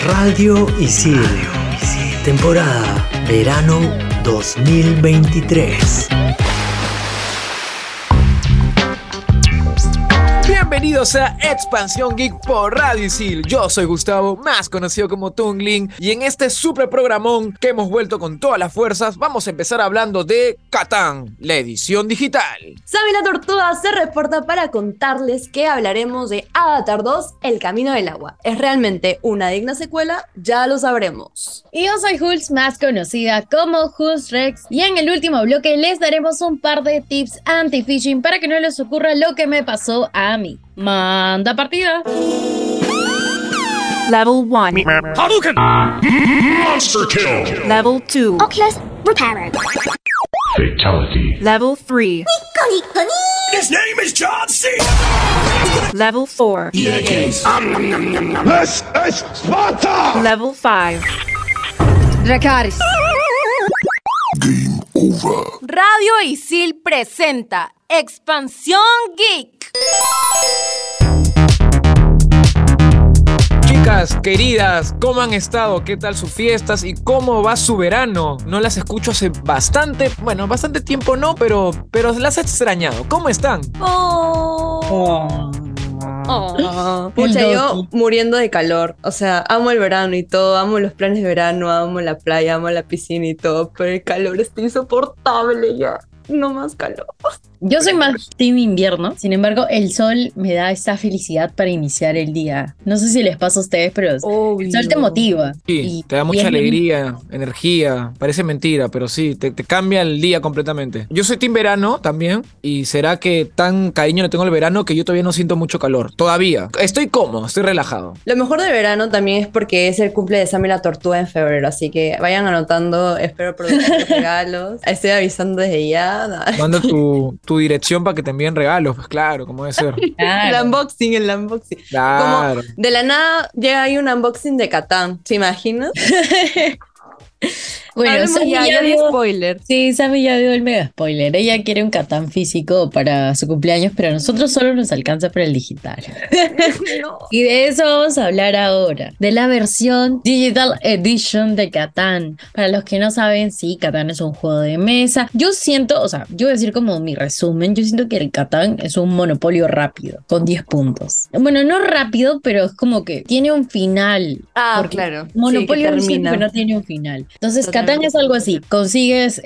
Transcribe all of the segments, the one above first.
Radio Isil, temporada verano 2023. Bienvenidos a Expansión Geek por Radio Isil. Yo soy Gustavo, más conocido como Tungling, y en este super programón que hemos vuelto con todas las fuerzas, vamos a empezar hablando de Catán, la edición digital. Sammy la Tortuga se reporta para contarles que hablaremos de Avatar 2, El Camino del Agua. ¿Es realmente una digna secuela? Ya lo sabremos. Y yo soy Hulz, más conocida como Hulz Rex, y en el último bloque les daremos un par de tips anti-phishing para que no les ocurra lo que me pasó a mí. ¡Manda partida! Level 1. Hadouken! Monster kill! Level 2. Oculus repaired. Fatality. Level 3. His name is John C. Level 4. This is Sparta! Level 5. Dracarys. Game over. Radio Isil presenta Expansión Geek. Chicas, queridas, ¿cómo han estado? ¿Qué tal sus fiestas? ¿Y cómo va su verano? No las escucho hace bastante tiempo no, pero las he extrañado. ¿Cómo están? Pucha, yo muriendo de calor. O sea, amo el verano y todo, amo los planes de verano, amo la playa, amo la piscina y todo, pero el calor está insoportable ya. No más calor. Yo soy más team invierno, sin embargo, el sol me da esta felicidad para iniciar el día. No sé si les pasa a ustedes, pero el sol te motiva. Sí, te da mucha alegría, energía. Parece mentira, pero sí, te cambia el día completamente. Yo soy team verano también, y será que tan cariño le tengo al verano que yo todavía no siento mucho calor. Todavía. Estoy cómodo, estoy relajado. Lo mejor de verano también es porque es el cumple de Sammy la Tortuga en febrero, así que vayan anotando, espero producir los regalos. Estoy avisando desde ya. Manda tu dirección para que te envíen regalos, pues claro, como debe ser. Claro. El unboxing. Claro. Como de la nada llega ahí un unboxing de Catán, ¿se imaginan? Bueno, Sammy ya di spoiler. Sí, Sammy ya dio el mega spoiler. Ella quiere un Catán físico para su cumpleaños, pero a nosotros solo nos alcanza para el digital. No. Y de eso vamos a hablar ahora, de la versión Digital Edition de Catán. Para los que no saben, sí, Catán es un juego de mesa. Yo siento, o sea, yo voy a decir como mi resumen, yo siento que el Catán es un monopolio rápido, con 10 puntos. Bueno, no rápido, pero es como que tiene un final. Claro. Monopolio sí, siempre no tiene un final. Entonces, Totalmente. Catán es algo así, consigues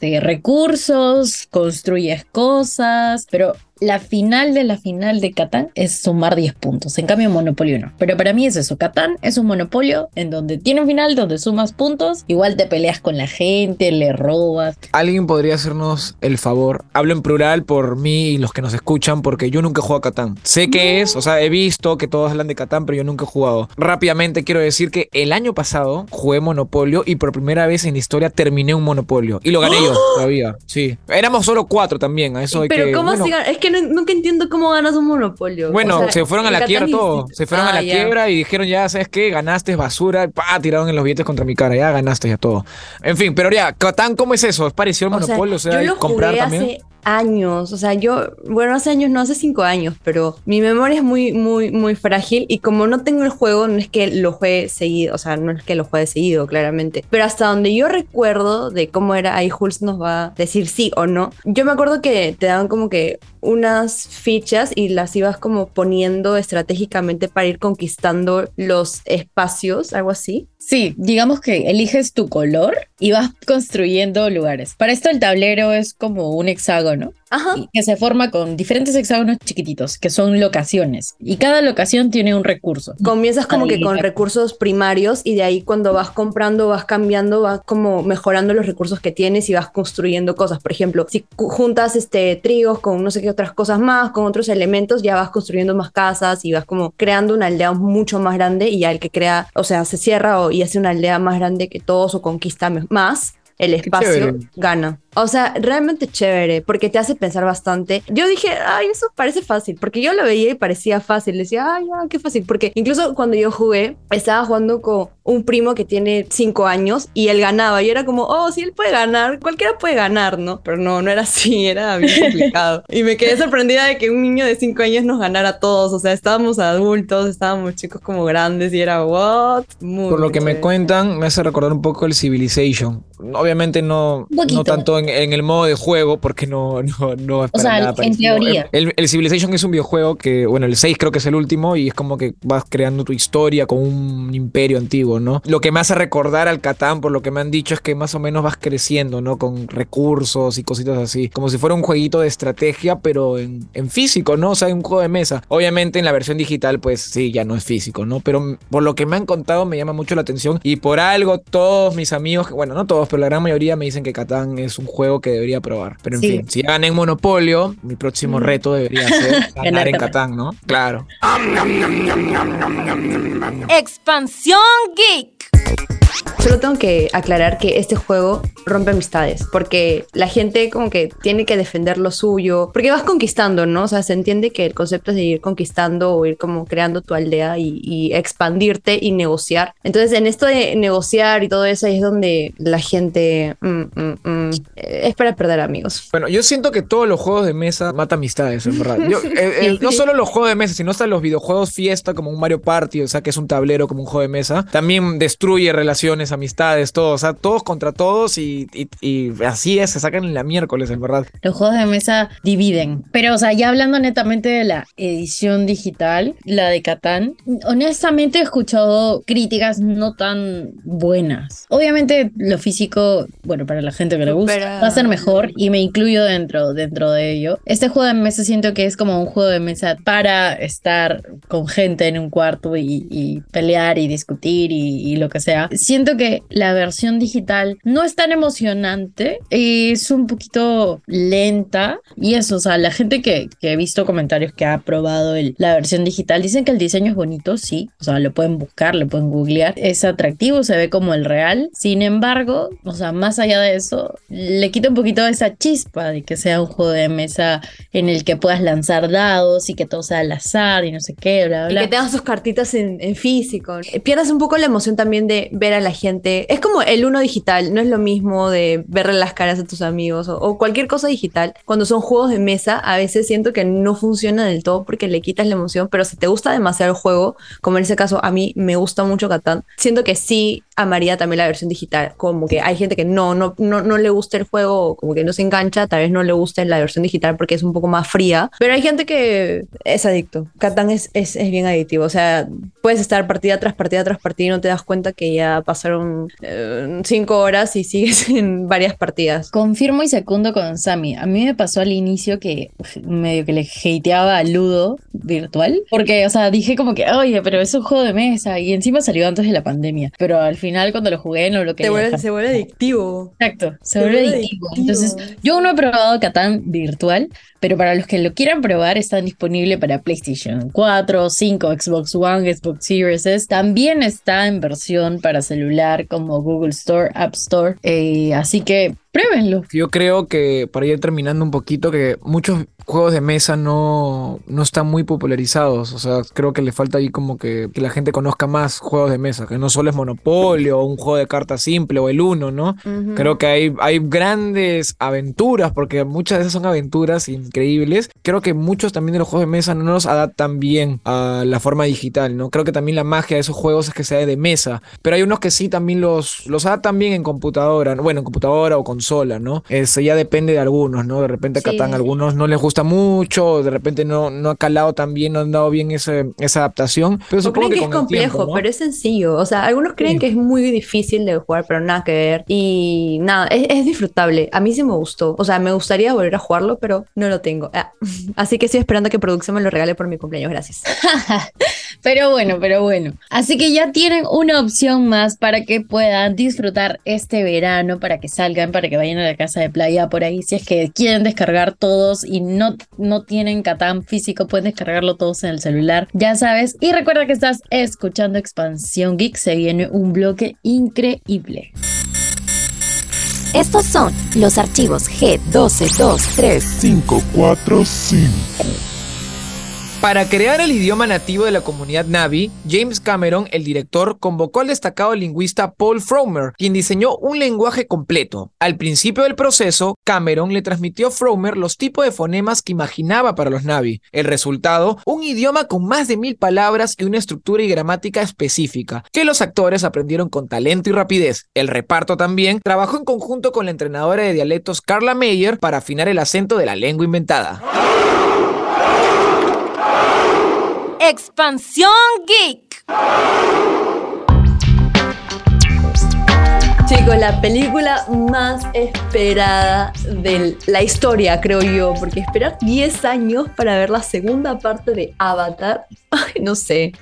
recursos, construyes cosas, pero la final de Catán es sumar 10 puntos, en cambio Monopolio no. Pero para mí es eso, Catán es un monopolio en donde tiene un final, donde sumas puntos, igual te peleas con la gente, le robas. ¿Alguien podría hacernos el favor? Hablo en plural por mí y los que nos escuchan, porque yo nunca he jugado a Catán. Sé que es, o sea, he visto que todos hablan de Catán, pero yo nunca he jugado. Rápidamente quiero decir que el año pasado jugué Monopolio y por primera vez en la historia terminé un Monopolio. Y lo gané yo todavía, sí. Éramos solo 4 también, a eso hay Pero que... ¿cómo bueno, se gana? Es que nunca entiendo cómo ganas un monopolio. Bueno, O sea, se fueron a el la Catán quiebra es todos. distinto. Se fueron a la Ya. quiebra y dijeron, ya, ¿sabes qué? Ganaste, basura. Tiraron en los billetes contra mi cara. Ya ganaste, ya todo. En fin, pero ya, Catán, ¿cómo es eso? ¿Es parecido al Monopolio? O sea, yo lo comprar jugué también. hace años, o sea, hace años, no, hace 5 años, pero mi memoria es muy, muy, muy frágil y como no tengo el juego, no es que lo juegue seguido, o sea, no es que lo juegue seguido, claramente, pero hasta donde yo recuerdo de cómo era, ahí Hulz nos va a decir sí o no. Yo me acuerdo que te daban como que unas fichas y las ibas como poniendo estratégicamente para ir conquistando los espacios, algo así. Sí, digamos que eliges tu color y vas construyendo lugares. Para esto el tablero es como un hexágono. Ajá. Que se forma con diferentes hexágonos chiquititos, que son locaciones. Y cada locación tiene un recurso. Comienzas como que con Ahí. recursos primarios y de ahí cuando vas comprando, vas cambiando, vas como mejorando los recursos que tienes y vas construyendo cosas. Por ejemplo, si juntas trigos con no sé qué otras cosas más, con otros elementos, ya vas construyendo más casas y vas como creando una aldea mucho más grande y ya el que crea, o sea, se cierra y hace una aldea más grande que todos o conquista más, el espacio chévere. gana. O sea, realmente chévere, porque te hace pensar bastante. Yo dije, ay, eso parece fácil, porque yo lo veía y parecía fácil. Decía, ay, qué fácil. Porque incluso cuando yo jugué, estaba jugando con un primo que tiene 5 años y él ganaba. Y era como, oh, si él puede ganar, cualquiera puede ganar, ¿no? Pero no era así, era bien complicado. Y me quedé sorprendida de que un niño de 5 años nos ganara a todos. O sea, estábamos adultos, estábamos chicos como grandes y era, what? Por lo que me cuentan, me hace recordar un poco el Civilization. Obviamente no tanto en el modo de juego, porque no es para nada parecido. En teoría. El Civilization es un videojuego que, bueno, el 6 creo que es el último y es como que vas creando tu historia con un imperio antiguo, ¿no? Lo que me hace recordar al Catán, por lo que me han dicho, es que más o menos vas creciendo, ¿no? Con recursos y cositas así. Como si fuera un jueguito de estrategia, pero en físico, ¿no? O sea, un juego de mesa. Obviamente en la versión digital, pues sí, ya no es físico, ¿no? Pero por lo que me han contado me llama mucho la atención y por algo todos mis amigos, bueno, no todos, pero la gran mayoría me dicen que Catán es un juego que debería probar. Pero en fin, si ya gané en Monopolio, mi próximo reto debería ser ganar en Catán, ¿no? Claro. Expansión Geek. Solo tengo que aclarar que este juego rompe amistades, porque la gente como que tiene que defender lo suyo, porque vas conquistando, ¿no? O sea, se entiende que el concepto es de ir conquistando o ir como creando tu aldea y expandirte y negociar. Entonces, en esto de negociar y todo eso, ahí es donde la gente es para perder amigos. Bueno, yo siento que todos los juegos de mesa matan amistades, en verdad. No solo los juegos de mesa, sino hasta los videojuegos fiesta como un Mario Party, o sea, que es un tablero como un juego de mesa, también destruye relaciones, amistades, todo, o sea, todos contra todos y así es, se sacan en la miércoles, en verdad. Los juegos de mesa dividen, pero o sea, ya hablando netamente de la edición digital, la de Catán, honestamente he escuchado críticas no tan buenas. Obviamente lo físico, bueno, para la gente que le gusta, va a ser mejor y me incluyo dentro de ello. Este juego de mesa siento que es como un juego de mesa para estar con gente en un cuarto y pelear y discutir y lo que sea. Siento que la versión digital no es tan emocionante, es un poquito lenta y eso, o sea, la gente que he visto comentarios que ha probado la versión digital dicen que el diseño es bonito, sí, o sea, lo pueden buscar, lo pueden googlear, es atractivo, se ve como el real, sin embargo, o sea, más allá de eso, le quita un poquito esa chispa de que sea un juego de mesa en el que puedas lanzar dados y que todo sea al azar y no sé qué, bla, bla. Y que tengas tus cartitas en físico. Pierdas un poco la emoción también de ver a la gente. Es como el Uno digital, no es lo mismo de verle las caras a tus amigos o cualquier cosa digital. Cuando son juegos de mesa, a veces siento que no funciona del todo porque le quitas la emoción, pero si te gusta demasiado el juego, como en ese caso a mí me gusta mucho Catán, siento que sí amaría también la versión digital. Como que hay gente que no le gusta el juego, como que no se engancha, tal vez no le gusta la versión digital porque es un poco más fría, pero hay gente que es adicto. Catán es bien adictivo, o sea, puedes estar partida tras partida tras partida y no te das cuenta que ya pasaron 5 horas y sigues en varias partidas. Confirmo y secundo con Sammy. A mí me pasó al inicio que medio que le hateaba a Ludo virtual, porque, o sea, dije como que, oye, pero es un juego de mesa y encima salió antes de la pandemia, pero al final cuando lo jugué no lo quería. Se vuelve adictivo. Exacto, se vuelve adictivo. Entonces, yo no he probado Catán virtual, pero para los que lo quieran probar, está disponible para PlayStation 4, 5, Xbox One, Xbox Series S. También está en versión para celular como Google Store, App Store. Así que pruébenlo. Yo creo que, para ir terminando un poquito, que muchos juegos de mesa no están muy popularizados. O sea, creo que le falta ahí como que la gente conozca más juegos de mesa, que no solo es Monopolio o un juego de cartas simple o el Uno, ¿no? Uh-huh. Creo que hay grandes aventuras, porque muchas de esas son aventuras increíbles. Creo que muchos también de los juegos de mesa no los adaptan bien a la forma digital, ¿no? Creo que también la magia de esos juegos es que sea de mesa, pero hay unos que sí también los adaptan bien en computadora, bueno, en computadora o consola, ¿no? Eso ya depende de algunos, ¿no? De repente a Catán a algunos no les gusta mucho, de repente no ha calado tan bien, no han dado bien esa adaptación, pero supongo que es complejo, tiempo, ¿no? Pero es sencillo, o sea, algunos creen que es muy difícil de jugar, pero nada que ver, y nada, es disfrutable, a mí sí me gustó, o sea, me gustaría volver a jugarlo, pero no lo tengo, así que estoy esperando que producción me lo regale por mi cumpleaños, gracias. Pero bueno, así que ya tienen una opción más para que puedan disfrutar este verano, para que salgan, para que vayan a la casa de playa por ahí, si es que quieren descargar todos y no tienen Catán físico, pueden descargarlo todos en el celular, ya sabes. Y recuerda que estás escuchando Expansión Geek, se viene un bloque increíble. Estos son los archivos G1223. 545. Para crear el idioma nativo de la comunidad Na'vi, James Cameron, el director, convocó al destacado lingüista Paul Frommer, quien diseñó un lenguaje completo. Al principio del proceso, Cameron le transmitió a Frommer los tipos de fonemas que imaginaba para los Na'vi. El resultado, un idioma con más de 1000 palabras y una estructura y gramática específica, que los actores aprendieron con talento y rapidez. El reparto también trabajó en conjunto con la entrenadora de dialectos Carla Meyer para afinar el acento de la lengua inventada. Expansión Geek. Chicos, la película más esperada de la historia, creo yo, porque esperar 10 años para ver la segunda parte de Avatar, ay, no sé,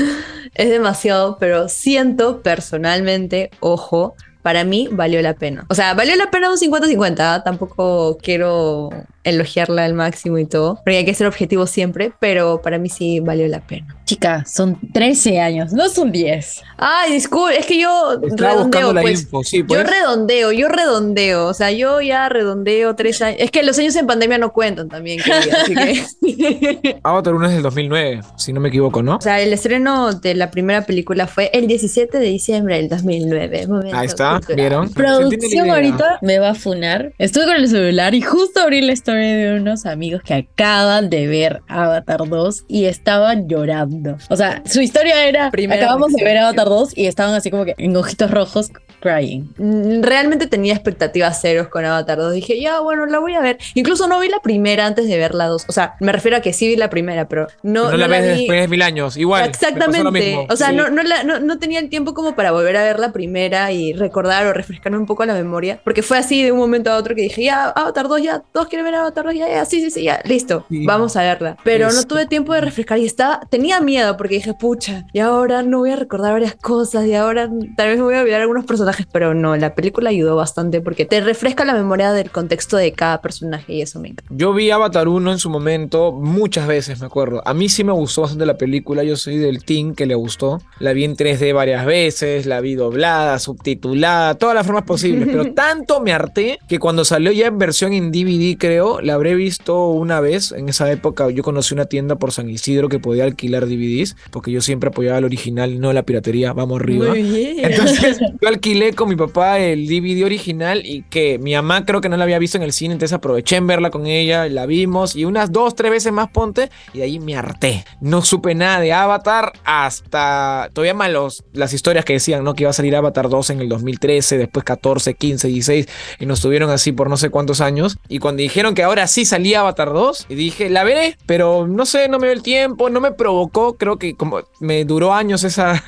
es demasiado, pero siento personalmente, ojo, para mí valió la pena. O sea, valió la pena un 50-50, ¿eh? Tampoco quiero elogiarla al máximo y todo, porque hay que ser objetivo siempre, pero para mí sí valió la pena. Chica, son 13 años, no son 10. Ay, disculpe, es que yo Estaba buscando redondeo, la pues. info, sí, pues. Yo redondeo, o sea, yo ya redondeo 3 años. Es que los años en pandemia no cuentan también, querida, así que... Avatar 1 es del 2009, si no me equivoco, ¿no? O sea, el estreno de la primera película fue el 17 de diciembre del 2009. Momento Ahí está, cultural. ¿vieron? Producción ahorita me va a funar. Estuve con el celular y justo abrí la historia de unos amigos que acaban de ver Avatar 2 y estaban llorando. O sea, su historia era, Primera acabamos de reacción. ver Avatar 2 y estaban así como que en ojitos rojos, crying. Realmente tenía expectativas ceros con Avatar 2. Dije, ya, bueno, la voy a ver. Incluso no vi la primera antes de ver la 2. O sea, me refiero a que sí vi la primera, pero no, No la ves vi. después de 1000 años, igual. me pasó lo Exactamente. mismo. O sea, Sí. no tenía el tiempo como para volver a ver la primera y recordar o refrescarme un poco la memoria. Porque fue así de un momento a otro que dije, ya, Avatar 2, ya, todos quieren ver Avatar 2, ya, sí, ya, listo, Sí. vamos a verla. Pero no Eso. tuve tiempo de refrescar y tenía miedo porque dije, pucha, y ahora no voy a recordar varias cosas y ahora tal vez me voy a olvidar algunos personajes, pero no, la película ayudó bastante porque te refresca la memoria del contexto de cada personaje y eso me encanta. Yo vi Avatar 1 en su momento muchas veces, me acuerdo. A mí sí me gustó bastante la película. Yo soy del team que le gustó. La vi en 3D varias veces, la vi doblada, subtitulada, todas las formas posibles. Pero tanto me harté que cuando salió ya en versión en DVD, creo, la habré visto una vez. En esa época yo conocí una tienda por San Isidro que podía alquilar DVDs, porque yo siempre apoyaba el original, no la piratería. Vamos arriba. Muy bien. Entonces yo alquilé con mi papá el DVD original y que mi mamá creo que no la había visto en el cine, entonces aproveché en verla con ella, la vimos y unas 2-3 veces más ponte y de ahí me harté. No supe nada de Avatar hasta todavía más las historias que decían, ¿no? Que iba a salir Avatar 2 en el 2013, después 14, 15, 16 y nos tuvieron así por no sé cuántos años. Y cuando dijeron que ahora sí salía Avatar 2 y dije, la veré, pero no sé, no me dio el tiempo, no me provocó, creo que como me duró años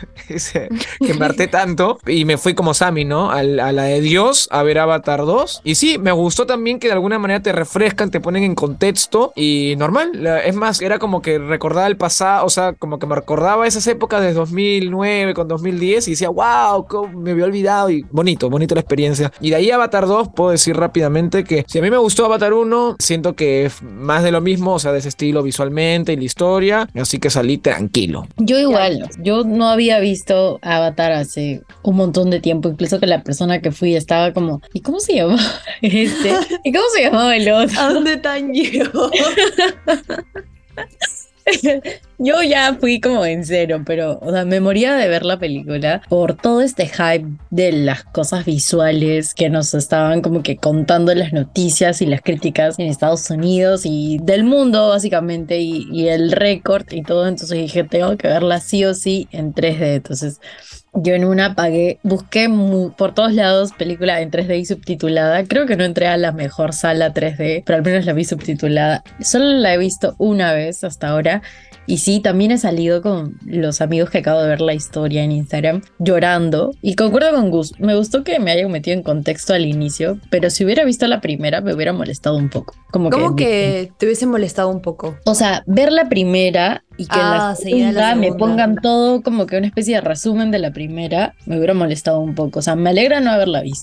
que me harté tanto y me fui como Sammy, ¿no? A la de Dios a ver Avatar 2 y sí, me gustó también que de alguna manera te refrescan, te ponen en contexto y normal, es más, era como que recordaba el pasado, o sea, como que me recordaba esas épocas de 2009 con 2010 y decía, wow, cómo me había olvidado y bonito la experiencia. Y de ahí Avatar 2 puedo decir rápidamente que si a mí me gustó Avatar 1, siento que es más de lo mismo, o sea, de ese estilo visualmente y la historia, así que salí tranquilo. Yo igual, yo no había visto Avatar hace un montón de tiempo, incluso que la persona que fui estaba como, ¿y cómo se llamaba este? ¿Y cómo se llamaba el otro? ¿A dónde tan llegó? Yo ya fui como en cero, pero o sea, me moría de ver la película por todo este hype de las cosas visuales que nos estaban como que contando las noticias y las críticas en Estados Unidos y del mundo básicamente y el récord y todo, entonces dije, tengo que verla sí o sí en 3D, entonces yo en una pagué, busqué por todos lados película en 3D y subtitulada. Creo que no entré a la mejor sala 3D, pero al menos la vi subtitulada. Solo la he visto una vez hasta ahora. Y sí, también he salido con los amigos que acabo de ver la historia en Instagram llorando. Y concuerdo con Gus, me gustó que me hayan metido en contexto al inicio, pero si hubiera visto la primera me hubiera molestado un poco. ¿Cómo que te hubiese molestado un poco? O sea, ver la primera y que la seguida la segunda me segunda. pongan todo como que una especie de resumen de la primera, me hubiera molestado un poco. O sea, me alegra no haberla visto.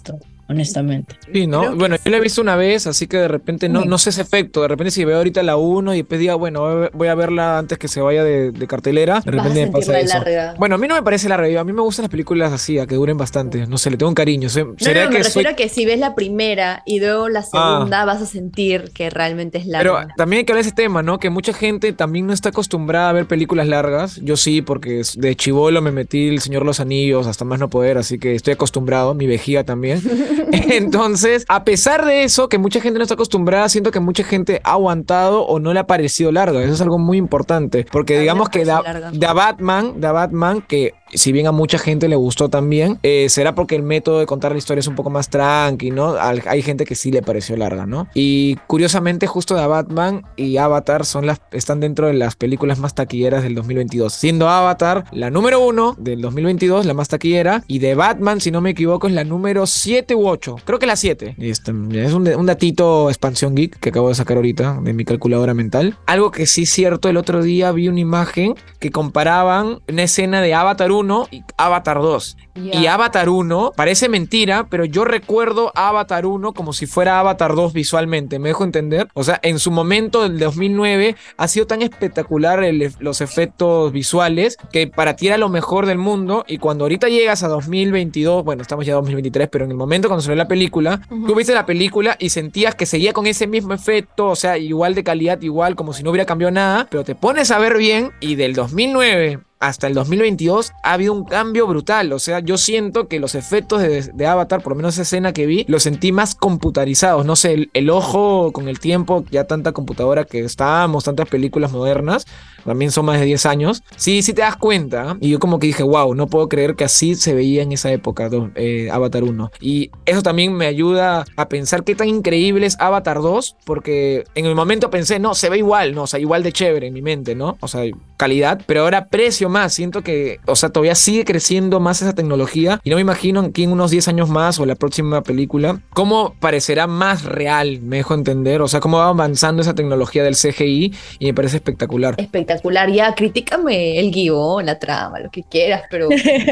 honestamente. Sí, ¿no? Creo que Bueno, sí. yo la he visto una vez, así que de repente no sé ese efecto. De repente si veo ahorita la 1 y después diga, bueno, voy a verla antes que se vaya de cartelera, de Vas a repente me pasa sentirla eso. larga. Bueno, a mí no me parece larga, a mí me gustan las películas así, a que duren bastante. No sé, le tengo un cariño. No, ¿Será me que soy... refiero a que si ves la primera y luego la segunda, vas a sentir que realmente es Pero larga. también hay que hablar de ese tema, ¿no? Que mucha gente también no está acostumbrada a ver películas largas. Yo sí, porque de chibolo me metí El Señor de los Anillos hasta más no poder, así que estoy acostumbrado, mi vejiga también. Entonces, a pesar de eso, que mucha gente no está acostumbrada, siento que mucha gente ha aguantado o no le ha parecido larga. Eso es algo muy importante, porque A mí me digamos que pareció larga. The Batman, que si bien a mucha gente le gustó también, será porque el método de contar la historia es un poco más tranqui, ¿no? Hay gente que sí le pareció larga, ¿no? Y curiosamente, justo The Batman y Avatar están dentro de las películas más taquilleras del 2022, siendo Avatar la número 1 del 2022, la más taquillera, y The Batman, si no me equivoco, es la número 7 u 8, creo que la 7. Y es un datito expansión geek que acabo de sacar ahorita de mi calculadora mental. Algo que sí es cierto, el otro día vi una imagen que comparaban una escena de Avatar 1 y Avatar 2. Y Avatar 1 parece mentira, pero yo recuerdo Avatar 1 como si fuera Avatar 2 visualmente, ¿me dejo entender? O sea, en su momento del 2009 ha sido tan espectacular los efectos visuales que para ti era lo mejor del mundo, y cuando ahorita llegas a 2022, bueno, estamos ya en 2023, pero en el momento cuando salió la película, tú viste la película y sentías que seguía con ese mismo efecto, o sea, igual de calidad, igual, como si no hubiera cambiado nada, pero te pones a ver bien y del 2009 hasta el 2022 ha habido un cambio brutal. O sea, yo siento que los efectos de Avatar, por lo menos esa escena que vi, los sentí más computarizados. No sé, el ojo con el tiempo, ya tanta computadora que estábamos, tantas películas modernas, también son más de 10 años. Sí te das cuenta. Y yo como que dije, wow, no puedo creer que así se veía en esa época Avatar 1. Y eso también me ayuda a pensar qué tan increíble es Avatar 2, porque en el momento pensé, no, se ve igual, no, o sea, igual de chévere en mi mente, ¿no? O sea, calidad, pero ahora aprecio más, siento que, o sea, todavía sigue creciendo más esa tecnología y no me imagino aquí en unos 10 años más o la próxima película, cómo parecerá más real, me dejo entender, o sea, cómo va avanzando esa tecnología del CGI y me parece espectacular. Espectacular, ya, critícame el guión, la trama, lo que quieras, pero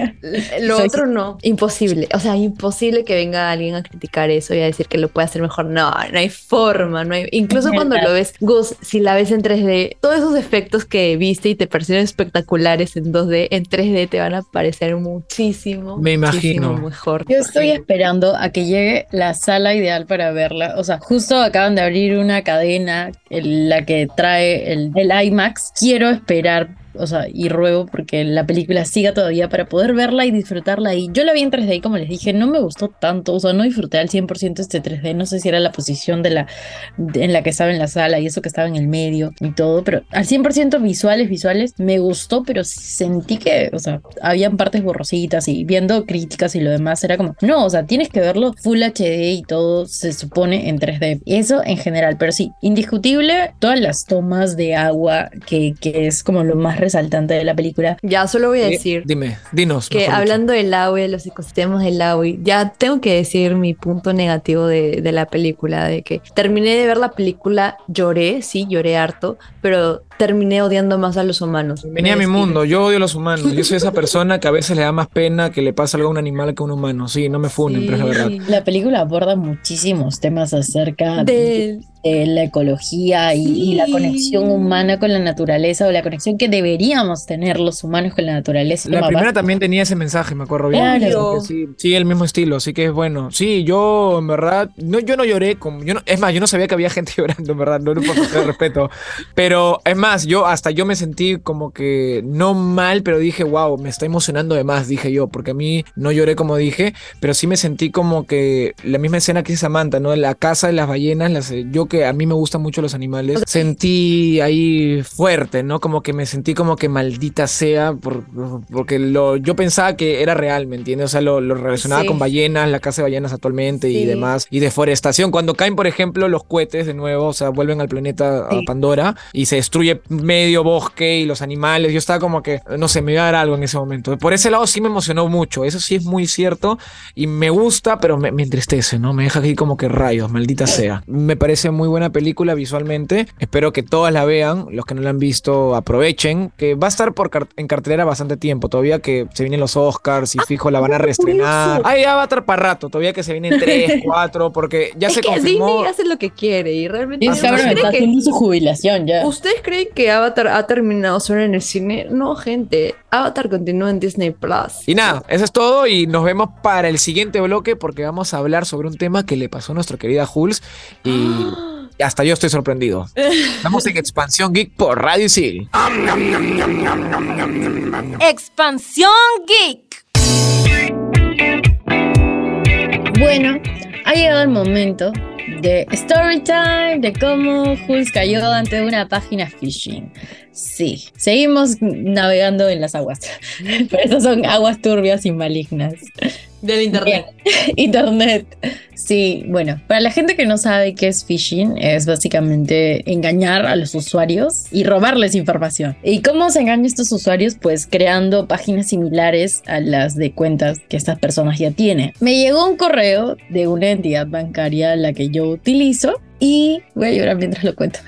lo otro no, imposible, o sea, imposible que venga alguien a criticar eso y a decir que lo puede hacer mejor, no hay forma, no hay, incluso cuando lo ves, Gus, si la ves en 3D, todos esos efectos que viste y te parecieron espectaculares en 2D, en 3D te van a parecer muchísimo, me imagino, muchísimo mejor. Yo estoy esperando a que llegue la sala ideal para verla. O sea, justo acaban de abrir una cadena, la que trae el IMAX. Quiero esperar, o sea, y ruego porque la película siga todavía para poder verla y disfrutarla. Y yo la vi en 3D y como les dije, no me gustó tanto, o sea, no disfruté al 100% este 3D. No sé si era la posición en la que estaba en la sala y eso que estaba en el medio y todo, pero al 100% visuales, me gustó, pero sentí que, o sea, habían partes borrositas y viendo críticas y lo demás era como, no, o sea, tienes que verlo Full HD y todo se supone en 3D. Eso en general, pero sí, indiscutible, todas las tomas de agua que es como lo más resaltante de la película. Ya, solo voy a decir dinos. que hablando del agua y de los ecosistemas del agua, ya tengo que decir mi punto negativo de la película, de que terminé de ver la película, lloré harto, pero terminé odiando más a los humanos. Venía a mi mundo, yo odio a los humanos, yo soy esa persona que a veces le da más pena que le pase algo a un animal que a un humano, sí, no me funen, pero es la verdad. La película aborda muchísimos temas acerca de la ecología y la conexión humana con la naturaleza, o la conexión que deberíamos tener los humanos con la naturaleza. La primera también tenía ese mensaje, me acuerdo bien. Claro. Sí, el mismo estilo, así que es bueno. Sí, yo en verdad, yo no lloré, es más, yo no sabía que había gente llorando, en verdad, no por falta de respeto, pero es más, yo me sentí como que no mal, pero dije, wow, me está emocionando de más, dije yo, porque a mí no lloré como dije, pero sí me sentí como que la misma escena que dice Samantha, ¿no? La casa de las ballenas, yo que a mí me gustan mucho los animales, sentí ahí fuerte, ¿no? Como que me sentí como que maldita sea, porque yo pensaba que era real, ¿me entiendes? O sea, lo relacionaba con ballenas, la casa de ballenas actualmente y demás, y deforestación. Cuando caen, por ejemplo, los cohetes de nuevo, o sea, vuelven al planeta a Pandora y se destruye medio bosque y los animales, yo estaba como que, no sé, me iba a dar algo en ese momento. Por ese lado sí me emocionó mucho, eso sí es muy cierto y me gusta, pero me entristece, ¿no? Me deja aquí como que rayos, maldita sea. Me parece muy buena película visualmente. Espero que todas la vean. Los que no la han visto, aprovechen. Que va a estar en cartelera bastante tiempo. Todavía que se vienen los Oscars y fijo la van a reestrenar. Hay Avatar para rato. Todavía que se vienen 3, 4, porque ya se confirmó. Disney hace lo que quiere y realmente... Es cabrón, está haciendo su jubilación ya. ¿Ustedes creen que Avatar ha terminado solo en el cine? No, gente. Avatar continúa en Disney Plus. Y nada, eso es todo y nos vemos para el siguiente bloque porque vamos a hablar sobre un tema que le pasó a nuestra querida Jules y hasta yo estoy sorprendido. Estamos en Expansión Geek por Radio Isil. Expansión Geek. Bueno, ha llegado el momento de story time, de cómo Jules cayó ante una página phishing. Sí, seguimos navegando en las aguas, pero estas son aguas turbias y malignas. Del internet. Bien. Internet. Sí, bueno, para la gente que no sabe qué es phishing, es básicamente engañar a los usuarios y robarles información. ¿Y cómo se engaña a estos usuarios? Pues creando páginas similares a las de cuentas que estas personas ya tienen. Me llegó un correo de una entidad bancaria a la que yo utilizo y voy a llorar mientras lo cuento.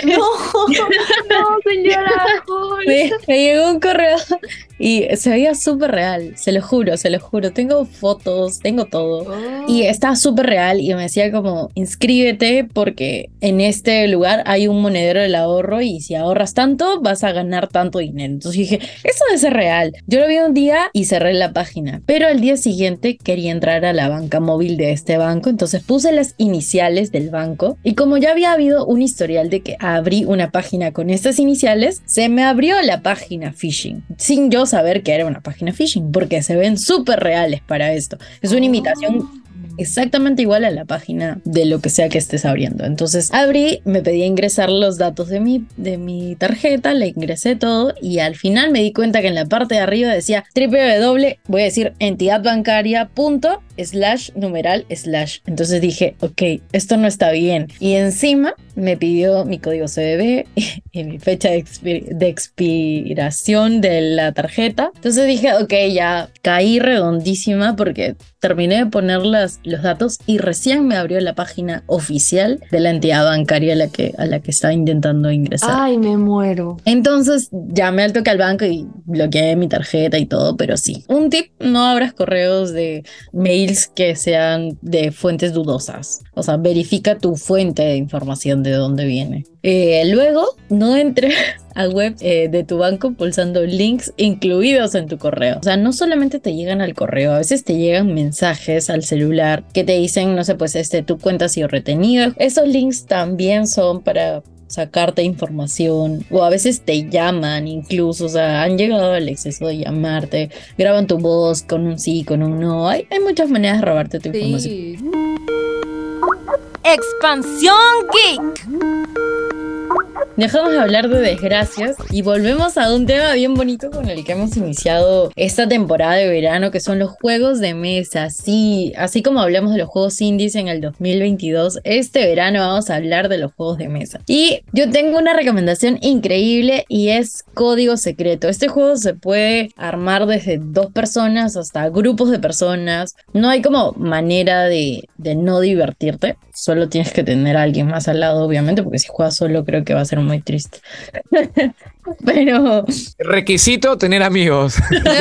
No, señora. Me llegó un correo y se veía súper real, se lo juro. Tengo fotos, tengo todo. Y estaba súper real y me decía como, inscríbete porque en este lugar hay un monedero del ahorro y si ahorras tanto vas a ganar tanto dinero. Entonces dije, eso debe ser real. Yo lo vi un día y cerré la página, pero al día siguiente quería entrar a la banca móvil de este banco, entonces puse las iniciales del banco y como ya había habido un historial de que abrí una página con estas iniciales, se me abrió la página phishing sin yo saber que era una página phishing porque se ven súper reales para esto. Es una imitación exactamente igual a la página de lo que sea que estés abriendo. Entonces abrí, me pedía ingresar los datos de mi tarjeta, le ingresé todo y al final me di cuenta que en la parte de arriba decía voy a decir entidadbancaria./numeral/. Entonces dije, ok, esto no está bien. Y encima me pidió mi código CVV y mi fecha de expiración de la tarjeta. Entonces dije, ok, ya caí redondísima porque terminé de poner los datos y recién me abrió la página oficial de la entidad bancaria a la que estaba intentando ingresar. Ay, me muero. Entonces llamé al toque al banco y bloqueé mi tarjeta y todo, pero sí. Un tip, no abras correos de mails que sean de fuentes dudosas. O sea, verifica tu fuente de información de dónde viene. Luego, no entres a web de tu banco pulsando links incluidos en tu correo. O sea, no solamente te llegan al correo, a veces te llegan mensajes al celular que te dicen, no sé, pues tu cuenta ha sido retenida. Esos links también son para sacarte información o a veces te llaman incluso, o sea, han llegado al exceso de llamarte, graban tu voz con un sí, con un no. Hay muchas maneras de robarte tu información. Expansión Geek. Dejamos de hablar de desgracias y volvemos a un tema bien bonito con el que hemos iniciado esta temporada de verano, que son los juegos de mesa. Sí, así como hablamos de los juegos indies en el 2022, este verano vamos a hablar de los juegos de mesa. Y yo tengo una recomendación increíble y es Código Secreto. Este juego se puede armar desde 2 personas hasta grupos de personas. No hay como manera de no divertirte. Solo tienes que tener a alguien más al lado, obviamente, porque si juegas solo creo que va a ser muy triste. Pero... Requisito, tener amigos.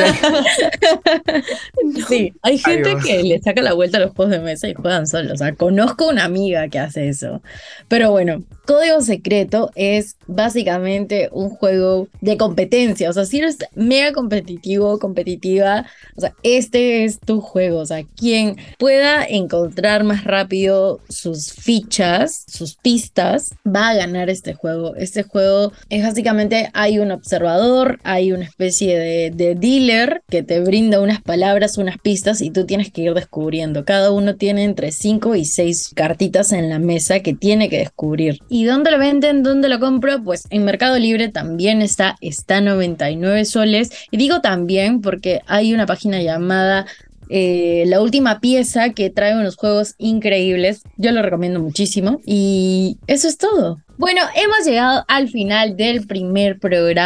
Sí, hay gente que le saca la vuelta a los juegos de mesa y juegan solos. O sea, conozco una amiga que hace eso. Pero bueno, Código Secreto es básicamente un juego de competencia. O sea, si eres mega competitivo, competitiva, o sea, este es tu juego. O sea, quien pueda encontrar más rápido sus fichas, sus pistas, va a ganar este juego. Este juego es básicamente, hay un observador, hay una especie de dealer que te brinda unas palabras, unas pistas y tú tienes que ir descubriendo. Cada uno tiene entre 5 y 6 cartitas en la mesa que tiene que descubrir. ¿Y dónde lo venden? ¿Dónde lo compro? Pues en Mercado Libre también está 99 soles. Y digo también porque hay una página llamada La Última Pieza que trae unos juegos increíbles. Yo lo recomiendo muchísimo. Y eso es todo. Bueno, hemos llegado al final del primer programa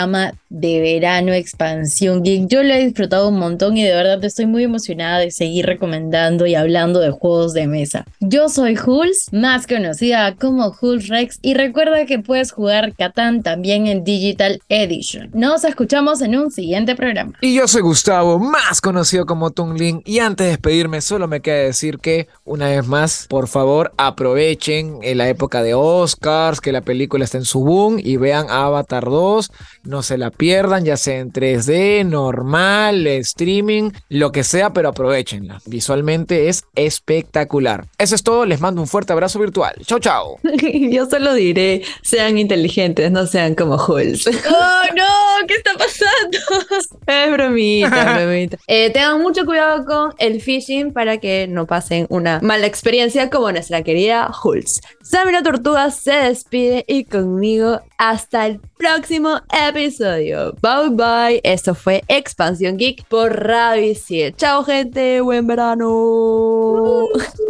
de verano Expansión Geek. Yo lo he disfrutado un montón y de verdad estoy muy emocionada de seguir recomendando y hablando de juegos de mesa. Yo soy Jules, más conocida como Jules Rex, y recuerda que puedes jugar Catán también en Digital Edition. Nos escuchamos en un siguiente programa. Y yo soy Gustavo, más conocido como Tungling, y antes de despedirme solo me queda decir que, una vez más, por favor aprovechen la época de Oscars, que la película está en su boom, y vean Avatar 2, no se la pierdan, ya sea en 3D, normal, streaming, lo que sea, pero aprovechenla. Visualmente es espectacular. Eso es todo, les mando un fuerte abrazo virtual. Chao, chao. Yo solo diré, sean inteligentes, no sean como Jules. ¡Oh, no! ¿Qué está pasando? Es bromita, bromita. Tengan mucho cuidado con el phishing para que no pasen una mala experiencia como nuestra querida Jules. Samira Tortuga se despide y conmigo hasta el próximo episodio. Bye bye. Esto fue Expansión Geek por Radio Isil. Chao, gente. Buen verano.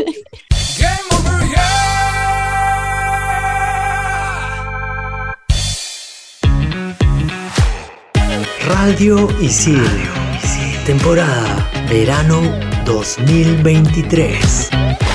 Radio Isil. Temporada Verano 2023.